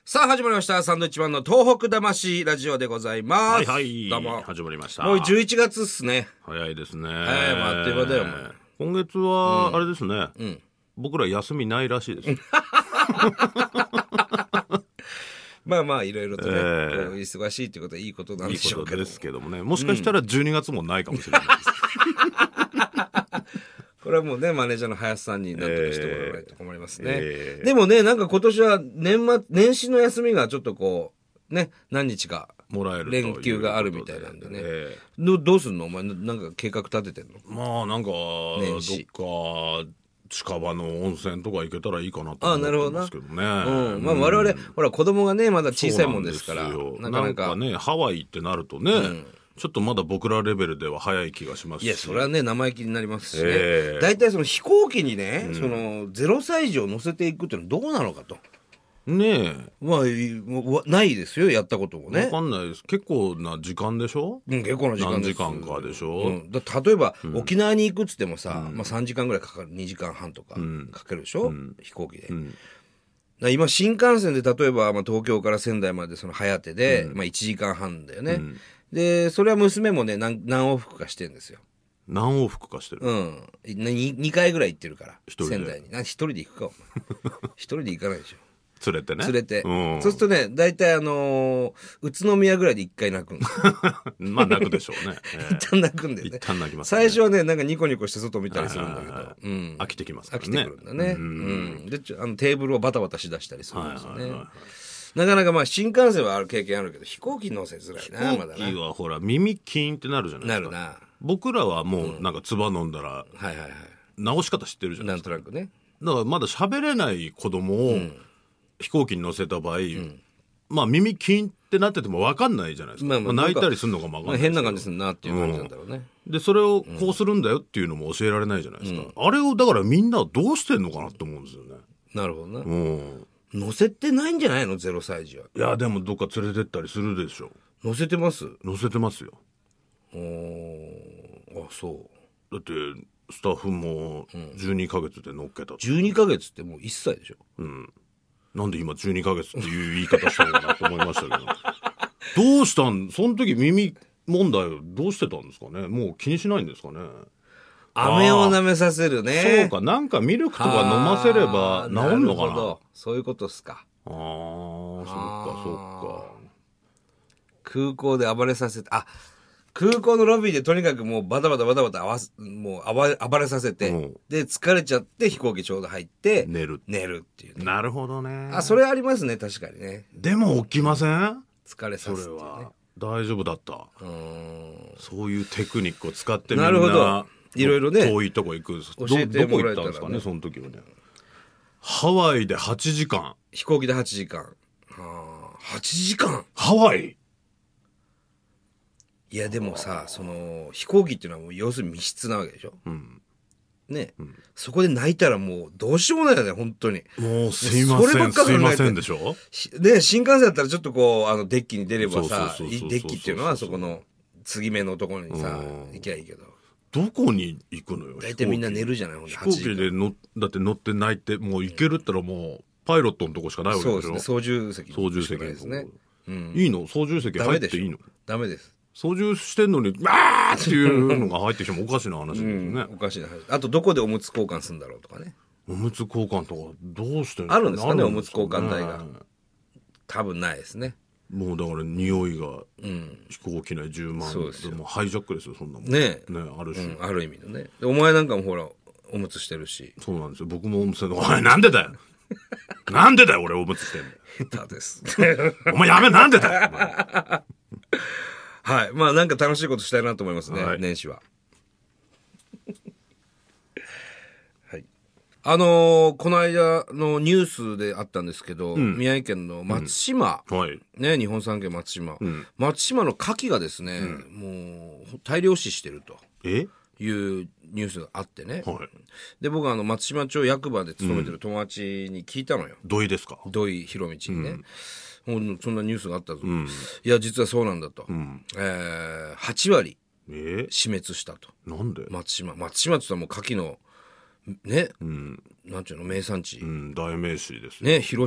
さあ始まりましたサンドイッチマンの東北魂ラジオでございます。 はいはい、 どうも始まりました。 もう11月っすね。 早いですね。 早い、もうあっという間だよもう。 今月はあれですね、僕ら休みないらしいです。 まあまあいろいろとね、忙しいってことはいいことなんでしょうけど、 いいことですけどもね、もしかしたら12月もないかもしれないです。 これはもうね、マネージャーの林さんに何とかしてもらわないと困りますね。でもね、なんか今年は年始の休みがちょっとこうね、何日かもらえる連休があるみたいなんでね。どうすんのお前、なんか計画立ててんの？ まあなんかどっか近場の温泉とか行けたらいいかなと思ってますけどね。 まあ我々ほら子供がねまだ小さいもんですから、 なんかねハワイってなるとね、ちょっとまだ僕らレベルでは早い気がしますし。 いやそれはね生意気になりますしね。大体その飛行機にね、その0歳児を乗せていくっていうのはどうなのかと。 ねえ、 まあないですよ、やったこともね。 分かんないです。結構な時間でしょ。 結構な時間です。 何時間かでしょ。 例えば、沖縄に行くっつってもさ、まあ3時間ぐらいかかる、2時間半とかかけるでしょ、飛行機で。今新幹線で例えば、まあ、東京から仙台までその早手で、まあ1時間半だよね。でそれは娘もね何往復かしてるんですよ。 何往復かしてる。 2回ぐらい行ってるから仙台に。一人で行くかお前。一人で行かないでしょ。 連れてね。 連れて。そうするとね、大体宇都宮ぐらいで一回泣くんですよ。 まあ泣くでしょうね。 一旦泣くんだよね。 一旦泣きますね。 最初はね、なんかニコニコして外見たりするんだけど。 飽きてきますからね。 飽きてくるんだね。で、テーブルをバタバタしだしたりするんですよね。なかなかまあ新幹線はある経験あるけど、飛行機乗せづらいな、まだな。 飛行機はほら、耳キーンってなるじゃないですか。 なるな。 僕らはもうなんか唾飲んだら、直し方知ってるじゃないですか。 なんとなくね。 だからまだ喋れない子供を、飛行機に乗せた場合、まあ耳キーンってなってても分かんないじゃないですか。泣いたりするのかも分かんない。 変な感じするなっていう感じなんだろうね。 でそれをこうするんだよっていうのも教えられないじゃないですか。あれをだからみんなはどうしてんのかなって思うんですよね。 なるほどな。乗せてないんじゃないの0歳児は。 いやでもどっか連れてったりするでしょ。 乗せてます？ 乗せてますよ。 あ、そう。 だってスタッフも12ヶ月で乗っけた。 12ヶ月ってもう1歳でしょ。 なんで今12ヶ月っていう言い方したのかなと思いましたけどどうしたん、その時耳問題どうしてたんですかね。もう気にしないんですかね。 飴を舐めさせるね。 そうか、なんかミルクとか飲ませれば治んのかな。 そういうことっすか。 そっかそっか。 空港で暴れさせて、空港のロビーでとにかくもうバタバタもう暴れさせて、で疲れちゃって飛行機ちょうど入って寝るっていう、ね。 なるほどね。 それありますね、確かにね。 でも起きません？ 疲れさせて、ね、 それは大丈夫だった。そういうテクニックを使ってみんな、 なるほど、いろいろね、 遠いとこ行く。 教えてもらえたらね。 どこ行ったんですかね、その時はね。ハワイで8時間。 飛行機で8時間。8時間ハワイ。 いやでもさ、その飛行機っていうのはもう要するに密室なわけでしょ。ね、そこで泣いたらもうどうしようもないよね、本当に。 もうすいません、すいませんでしょ。 で新幹線だったらちょっとこうデッキに出ればさ、デッキっていうのはそこの継ぎ目のところにさ行きゃいいけど。 どこに行くのよ。 大体みんな寝るじゃない。 飛行機でだって乗って泣いてもう行けるったらもうパイロットのとこしかないわけでしょ。 そうですね、操縦席ですね。 いいの？操縦席入っていいの？ ダメです。 操縦してんのにわーっていうのが入ってきてもおかしな話ですよね。 おかしいな話。あとどこでおむつ交換するんだろうとかね。 おむつ交換とかどうしてあるんですかね、おむつ交換台が。多分ないですね。 もうだから匂いが飛行機内10万でもハイジャックですよ、そんなもんね。あるし、 ある意味のね。お前なんかもほらおむつしてるし。 そうなんですよ。僕もおむつしてるの。おいなんでだよなんでだよ俺おむつしてんの。 下手ですお前やめ、なんでだよはい、まあなんか楽しいことしたいなと思いますね、年始は。はい。この間のニュースであったんですけど、宮城県の松島、ね、日本三景松島、松島の牡蠣がですね、もう大量死してるというニュースがあってね。で僕は松島町役場で勤めてる友達に聞いたのよ。 土井ですか？ 土井博道にね。そんなニュースがあったぞ。いや実はそうなんだと。8割死滅したと。 なんで？ 松島って言ったらもう牡蠣のね、なんていうの名産地。 代名詞ですね。広島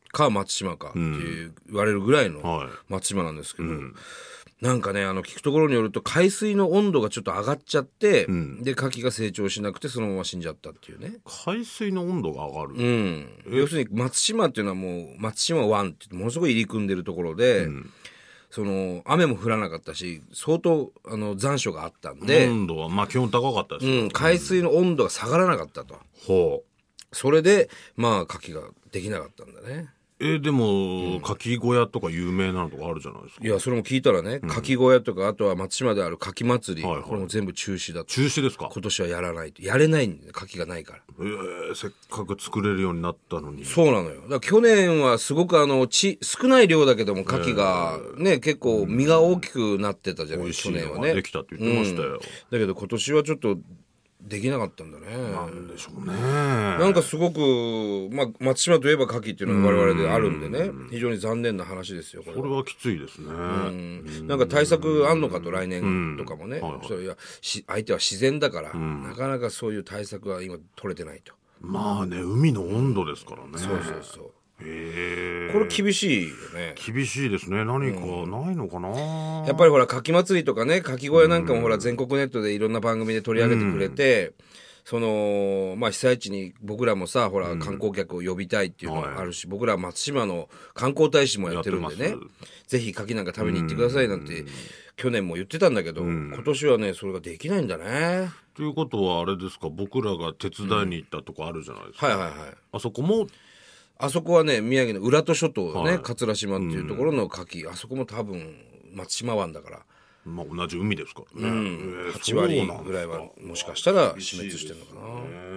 か松島かって言われるぐらいの松島なんですけど、なんかね、聞くところによると海水の温度がちょっと上がっちゃって、で、牡蠣が成長しなくてそのまま死んじゃったっていうね。 海水の温度が上がる？ 要するに松島っていうのはもう、松島湾ってものすごい入り組んでるところで、雨も降らなかったし、相当、残暑があったんで。 温度は、まあ基本高かったですよ。 海水の温度が下がらなかったと。それで、まあ、牡蠣ができなかったんだね。 でも、牡蠣小屋とか有名なのとかあるじゃないですか。 いや、それも聞いたらね、牡蠣小屋とか、あとは松島である牡蠣祭り、これも全部中止だと。 中止ですか？ 今年はやらないと。やれないんだよ、牡蠣がないから。 せっかく作れるようになったのに。 そうなのよ。だから去年はすごく少ない量だけども、牡蠣がね、結構身が大きくなってたじゃないですか、去年はね。 できたって言ってましたよ。 だけど今年はちょっと、できなかったんだね。 なんでしょうね。 なんかすごく、まあ、松島といえば牡蠣っていうのが我々であるんでね、非常に残念な話ですよ、これは。 これはきついですね。 なんか対策あんのかと、来年とかもね。いや、相手は自然だから、なかなかそういう対策は今取れてないと。 まあね、海の温度ですからね。 そうそうそう。これ厳しいよね。 厳しいですね。何かないのかな、 やっぱりほら、牡蠣祭りとかね、牡蠣小屋なんかもほら、全国ネットでいろんな番組で取り上げてくれて、まあ、被災地に僕らもさ、ほら、観光客を呼びたいっていうのがあるし、僕らは松島の観光大使もやってるんでね、ぜひ牡蠣なんか食べに行ってくださいなんて、去年も言ってたんだけど、今年はね、それができないんだね。 ということはあれですか、僕らが手伝いに行ったとこあるじゃないですか。あそこもあそこはね、宮城の浦戸諸島ね、桂島っていうところの牡蠣、あそこも多分、松島湾だから。 まあ同じ海ですからね。 8割ぐらいはもしかしたら死滅してるのかな。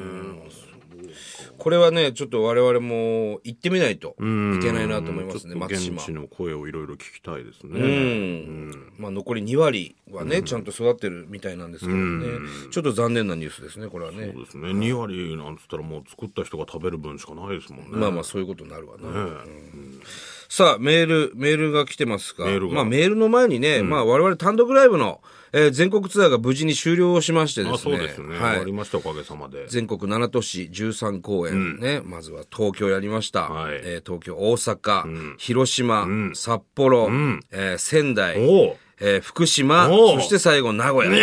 これはね、ちょっと我々も行ってみないといけないなと思いますね、松島。 現地の声をいろいろ聞きたいですね。 まあ残り2割はね、ちゃんと育ってるみたいなんですけどね。ちょっと残念なニュースですね、これはね。 そうですね。2割なんつったらもう作った人が食べる分しかないですもんね。 まあまあそういうことになるわな。さあ、メールが来てますが、まあメールの前にね、まあ我々単独ライブの、全国ツアーが無事に終了しましてですね。 そうですね。終わりました、おかげさまで。 全国7都市13公演ね、まずは東京やりました。東京、大阪、広島、札幌、仙台、福島、そして最後名古屋。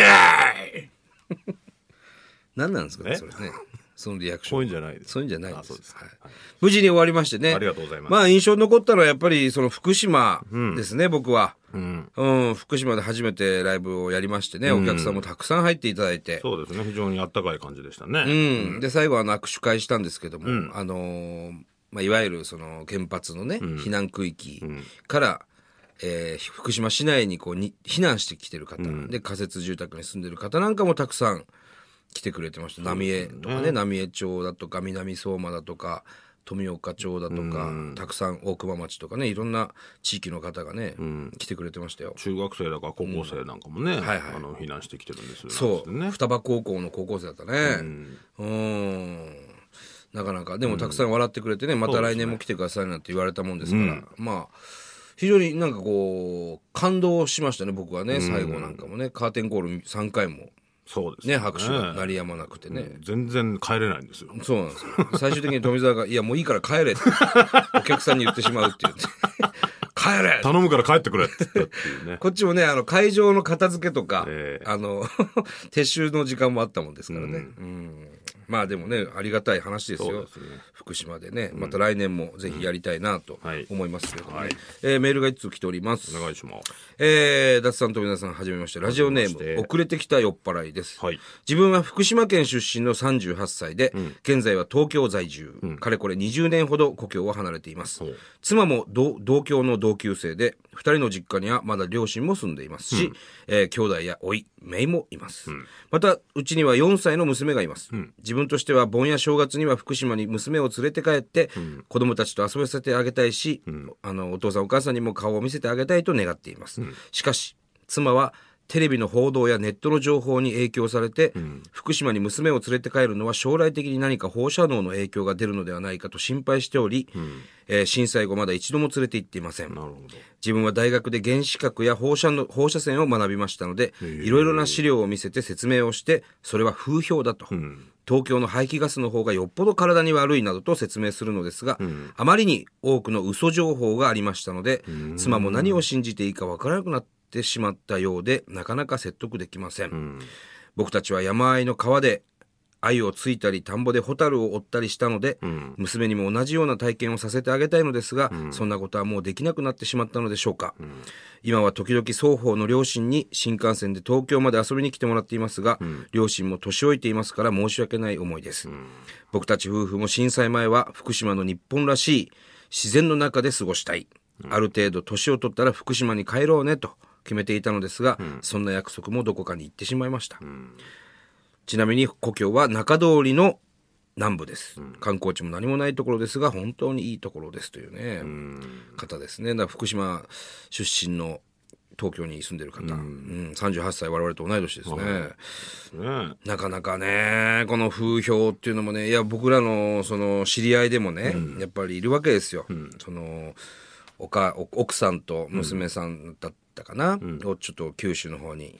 何なんですかね、それね。そのリアクション。 そういうんじゃないです。 そういうんじゃないです。無事に終わりましてね。 ありがとうございます。 まあ印象に残ったのはやっぱりその福島ですね、僕は。福島で初めてライブをやりましてね、お客さんもたくさん入っていただいて。 そうですね、非常にあったかい感じでしたね。 で、最後は握手会したんですけども、まあいわゆるその原発のね、避難区域から、福島市内にこう避難してきてる方、で仮設住宅に住んでる方なんかもたくさん来てくれてました。浪江とかね、浪江町だとか、南相馬だとか、富岡町だとか、たくさん大熊町とかね、いろんな地域の方がね、来てくれてましたよ。 中学生だから高校生なんかもね、避難してきてるんですよね。 そう、双葉高校の高校生だったね。なかなか、でもたくさん笑ってくれてね、また来年も来てくださいなんて言われたもんですから、まあ、非常になんかこう、感動しましたね、僕はね、最後なんかもね、カーテンコール3回も。 そうですね、拍手が鳴りやまなくてね。 全然帰れないんですよ。 そうなんですよ。最終的に富澤が、いやもういいから帰れって、お客さんに言ってしまうって言って。帰れ頼むから帰ってくれって言ったっていうね。 こっちもね、会場の片付けとか、撤収の時間もあったもんですからね。まあでもね、ありがたい話ですよ。福島でね、また来年もぜひやりたいなと思いますけどね。メールが一通来ております。 お願いします。 ダツさんと皆さんはじめまして、ラジオネーム、遅れてきた酔っ払いです。自分は福島県出身の38歳で、現在は東京在住。かれこれ20年ほど故郷を離れています。妻も同郷の同級生で、2人の実家にはまだ両親も住んでいますし、兄弟や甥、姪もいます。また、うちには4歳の娘がいます。自分としては盆や正月には福島に娘を連れて帰って、子供たちと遊ばせてあげたいし、お父さんお母さんにも顔を見せてあげたいと願っています。しかし、妻はテレビの報道やネットの情報に影響されて、福島に娘を連れて帰るのは将来的に何か放射能の影響が出るのではないかと心配しており、震災後まだ一度も連れて行っていません。自分は大学で原子核や放射線を学びましたので、いろいろな資料を見せて説明をして、それは風評だと。 東京の排気ガスの方がよっぽど体に悪いなどと説明するのですが、あまりに多くの嘘情報がありましたので、妻も何を信じていいかわからなくなってしまったようで、なかなか説得できません。僕たちは山あいの川で鮎をついたり田んぼでホタルを追ったりしたので、娘にも同じような体験をさせてあげたいのですが、そんなことはもうできなくなってしまったのでしょうか。今は時々双方の両親に新幹線で東京まで遊びに来てもらっていますが、両親も年老いていますから申し訳ない思いです。僕たち夫婦も震災前は福島の日本らしい自然の中で過ごしたい。ある程度年を取ったら福島に帰ろうねと決めていたのですが、そんな約束もどこかに行ってしまいました。ちなみに故郷は中通りの南部です。観光地も何もないところですが、本当にいいところですというね、方ですね。だから福島出身の東京に住んでる方、38歳我々と同い年ですね。なかなかね、この風評っていうのもね、いや僕らのその知り合いでもね、やっぱりいるわけですよ。その奥さんと娘さんだったかな、をちょっと九州の方に、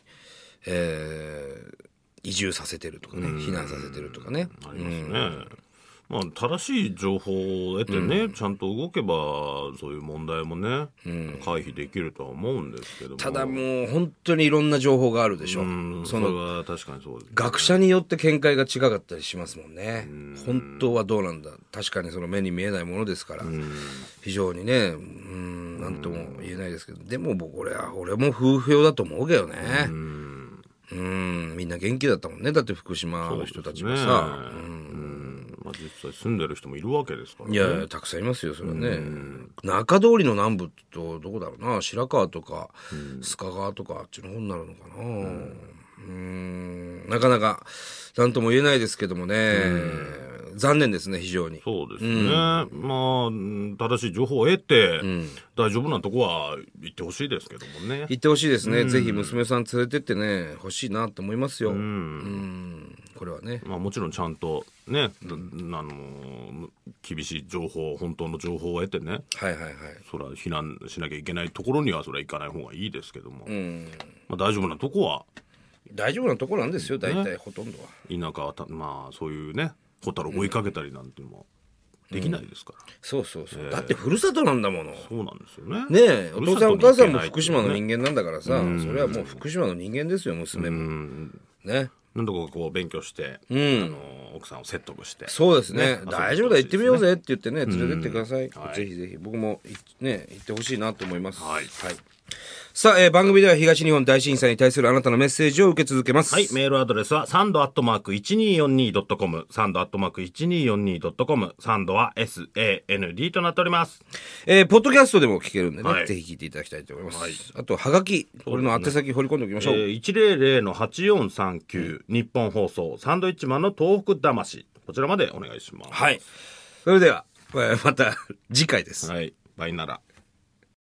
移住させてるとかね、避難させてるとかね。 ありますね。まあ、正しい情報を得てね、ちゃんと動けばそういう問題もね、回避できるとは思うんですけども、 ただもう本当にいろんな情報があるでしょ。 それは確かにそうですね。 学者によって見解が違かったりしますもんね。本当はどうなんだ。確かにその目に見えないものですから、非常にね、なんとも言えないですけど、でも俺も風評だと思うけどね。みんな元気だったもんね。だって福島の人たちもさ、 まあ、実際住んでる人もいるわけですからね。 いやたくさんいますよそれはね。中通りの南部とどこだろうな、白川とか須賀川とかあっちの方になるのかな。なかなか何とも言えないですけどもね、残念ですね非常に。 そうですね、まあ正しい情報を得て、大丈夫なとこは行ってほしいですけどもね。 行ってほしいですね、ぜひ娘さん連れてってね欲しいなと思いますよ。これはね、 まあ、もちろんちゃんとね、厳しい情報、本当の情報を得てね、それは避難しなきゃいけないところにはそれは行かない方がいいですけども、まあ、大丈夫なとこは大丈夫なところなんですよ、大体ほとんどは。 田舎はまあそういうね、ホタルを追いかけたりなんていうのもできないですから。 そう、だってふるさとなんだもの。 そうなんですよね。 ねえ、お父さんお母さんも福島の人間なんだからさ、それはもう福島の人間ですよ、娘も。ね。 なんとかこう勉強して、奥さんを説得して。 そうですね。大丈夫だ、行ってみようぜって言ってね、連れてってください。ぜひぜひ、僕もね、行ってほしいなと思います。さあ、番組では東日本大震災に対するあなたのメッセージを受け続けます。 はい、メールアドレスはsand@1242.com、sand@1242.com、サンドは SAND となっております。 ポッドキャストでも聞けるんでね、ぜひ聞いていただきたいと思います。あと、はがき、これの宛先掘り込んでおきましょう。 100-8439、日本放送、サンドイッチマンの東北魂、こちらまでお願いします。 はい。それでは、また次回です。 はい、バイなら。